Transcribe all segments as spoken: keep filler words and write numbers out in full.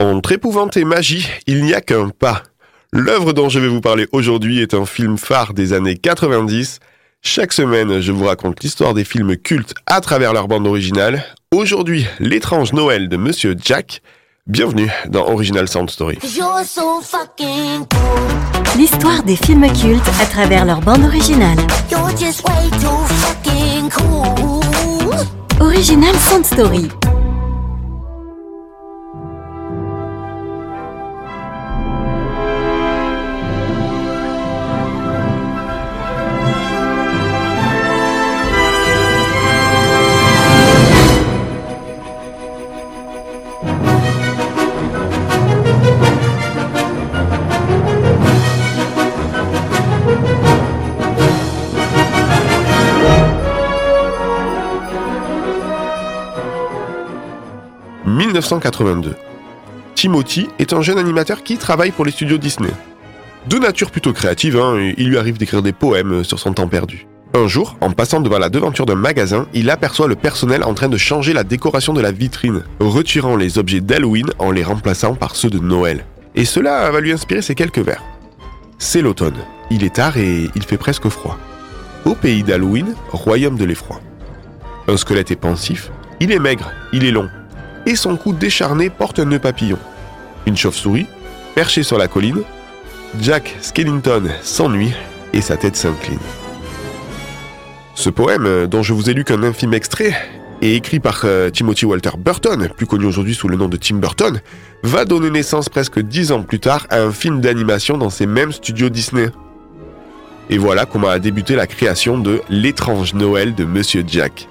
Entre épouvante et magie, il n'y a qu'un pas. L'œuvre dont je vais vous parler aujourd'hui est un film phare des années quatre-vingt-dix. Chaque semaine, je vous raconte l'histoire des films cultes à travers leur bande originale. Aujourd'hui, l'étrange Noël de Monsieur Jack. Bienvenue dans Original Sound Story. So cool. L'histoire des films cultes à travers leur bande originale. Cool. Original Sound Story. dix-neuf cent quatre-vingt-deux. Timothy est un jeune animateur qui travaille pour les studios Disney. De nature plutôt créative, hein, il lui arrive d'écrire des poèmes sur son temps perdu. Un jour, en passant devant la devanture d'un magasin, il aperçoit le personnel en train de changer la décoration de la vitrine, retirant les objets d'Halloween en les remplaçant par ceux de Noël. Et cela va lui inspirer ces quelques vers. C'est l'automne, il est tard et il fait presque froid. Au pays d'Halloween, royaume de l'effroi. Un squelette est pensif, il est maigre, il est long. Et son cou décharné porte un nœud papillon. Une chauve-souris, perchée sur la colline, Jack Skellington s'ennuie et sa tête s'incline. Ce poème, dont je vous ai lu qu'un infime extrait, et écrit par euh, Timothy Walter Burton, plus connu aujourd'hui sous le nom de Tim Burton, va donner naissance presque dix ans plus tard à un film d'animation dans ces mêmes studios Disney. Et voilà comment a débuté la création de L'étrange Noël de Monsieur Jack.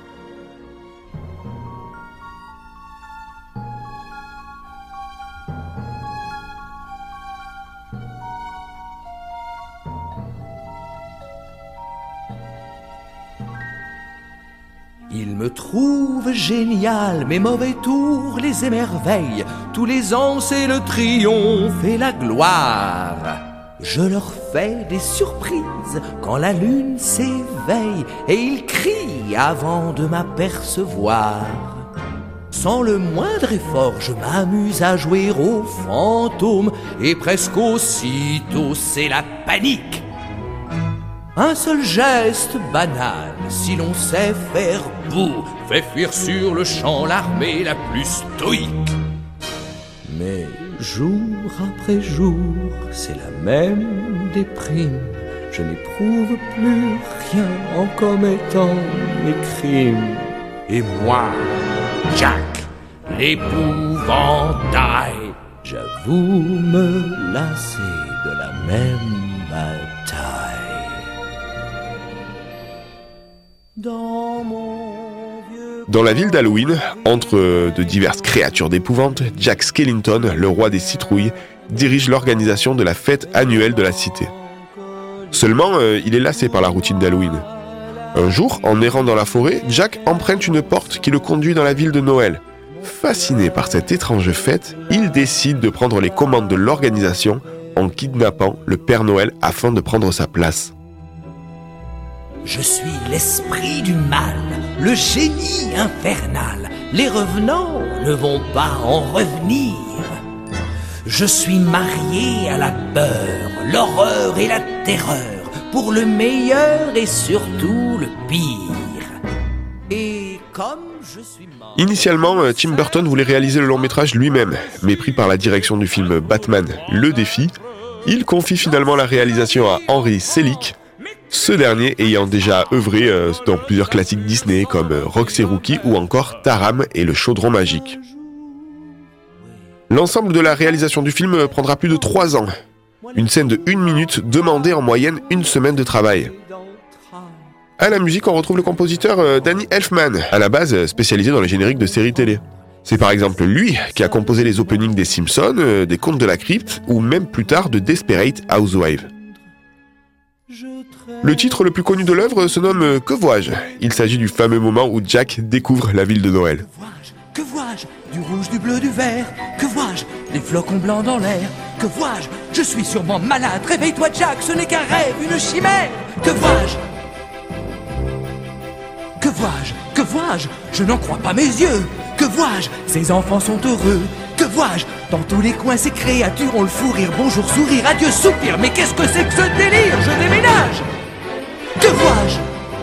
Il me trouve génial, mes mauvais tours les émerveillent. Tous les ans c'est le triomphe et la gloire. Je leur fais des surprises quand la lune s'éveille et ils crient avant de m'apercevoir. Sans le moindre effort, je m'amuse à jouer aux fantômes et presque aussitôt c'est la panique. Un seul geste banal, si l'on sait faire beau, fait fuir sur le champ l'armée la plus stoïque. Mais jour après jour, c'est la même déprime. Je n'éprouve plus rien en commettant mes crimes. Et moi, Jack, l'épouvantail, j'avoue me lasser de la même bataille. Dans, mon vieux... Dans la ville d'Halloween, entre de diverses créatures d'épouvante, Jack Skellington, le roi des citrouilles, dirige l'organisation de la fête annuelle de la cité. Seulement, euh, il est lassé par la routine d'Halloween. Un jour, en errant dans la forêt, Jack emprunte une porte qui le conduit dans la ville de Noël. Fasciné par cette étrange fête, il décide de prendre les commandes de l'organisation en kidnappant le Père Noël afin de prendre sa place. Je suis l'esprit du mal, le génie infernal. Les revenants ne vont pas en revenir. Je suis marié à la peur, l'horreur et la terreur, pour le meilleur et surtout le pire. Et comme je suis mort... Initialement, Tim Burton voulait réaliser le long métrage lui-même, mais pris par la direction du film Batman, Le Défi, il confie finalement la réalisation à Henry Selick, ce dernier ayant déjà œuvré euh, dans plusieurs classiques Disney comme euh, Roxy Rookie ou encore Taram et le chaudron magique. L'ensemble de la réalisation du film prendra plus de trois ans. Une scène de une minute demandait en moyenne une semaine de travail. À la musique, on retrouve le compositeur euh, Danny Elfman, à la base spécialisé dans les génériques de séries télé. C'est par exemple lui qui a composé les openings des Simpsons, euh, des Contes de la Crypte ou même plus tard de Desperate Housewives. Le titre le plus connu de l'œuvre se nomme « Que vois-je ». Il s'agit du fameux moment où Jack découvre la ville de Noël. Que vois-je? Du rouge, du bleu, du vert. Que vois-je? Des flocons blancs dans l'air. Que vois-je? Je suis sûrement malade. Réveille-toi, Jack, ce n'est qu'un rêve, une chimère. Que vois-je? Que vois-je? Que vois-je? Je n'en crois pas mes yeux. Que vois-je? Ces enfants sont heureux. Que vois-je? Dans tous les coins, ces créatures ont le fou rire. Bonjour, sourire, adieu, soupir. Mais qu'est-ce que c'est que ce délire? Je déménage. Que vois-je?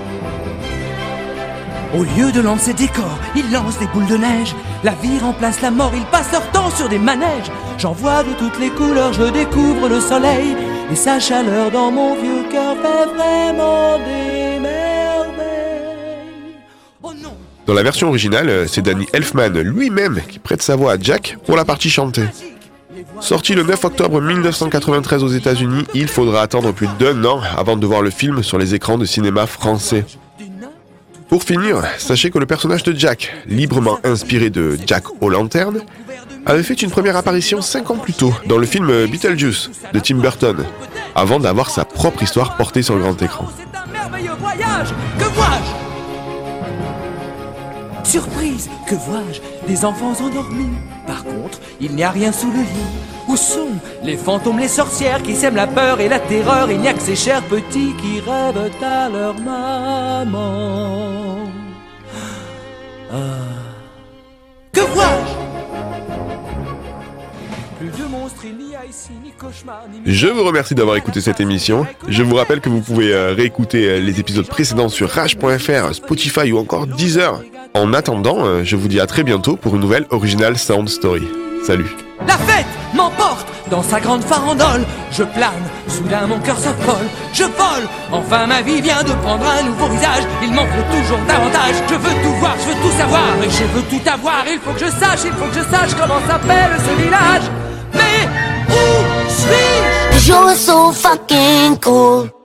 Au lieu de lancer des corps, ils lancent des boules de neige. La vie remplace la mort, ils passent leur temps sur des manèges. J'en vois de toutes les couleurs, je découvre le soleil. Et sa chaleur dans mon vieux cœur fait vraiment des merveilles. Oh non! Dans la version originale, c'est Danny Elfman lui-même qui prête sa voix à Jack pour la partie chantée. Sorti le neuf octobre mille neuf cent quatre-vingt-treize aux États-Unis, il faudra attendre plus d'un an avant de voir le film sur les écrans de cinéma français. Pour finir, sachez que le personnage de Jack, librement inspiré de Jack O'Lantern, avait fait une première apparition cinq ans plus tôt dans le film Beetlejuice de Tim Burton, avant d'avoir sa propre histoire portée sur le grand écran. C'est un merveilleux voyage. Que vois-je? Surprise, que vois-je? Des enfants endormis. Par contre, il n'y a rien sous le lit. Où sont les fantômes, les sorcières qui sèment la peur et la terreur? Il n'y a que ces chers petits qui rêvent à leur maman. Ah. Que vois-je? Plus de monstres, il n'y a ici ni cauchemar, ni... Je vous remercie d'avoir écouté cette émission. Je vous rappelle que vous pouvez euh, réécouter euh, les épisodes précédents sur rage point f r, Spotify ou encore Deezer. En attendant, euh, je vous dis à très bientôt pour une nouvelle Original Sound Story. Salut. La fête m'emporte dans sa grande farandole. Je plane, soudain mon cœur s'affole. Je vole, enfin ma vie vient de prendre un nouveau visage. Il m'en faut toujours davantage. Je veux tout voir, je veux tout savoir. Et je veux tout avoir, il faut que je sache, il faut que je sache comment s'appelle ce village. Mais où suis-je? You're so fucking cool.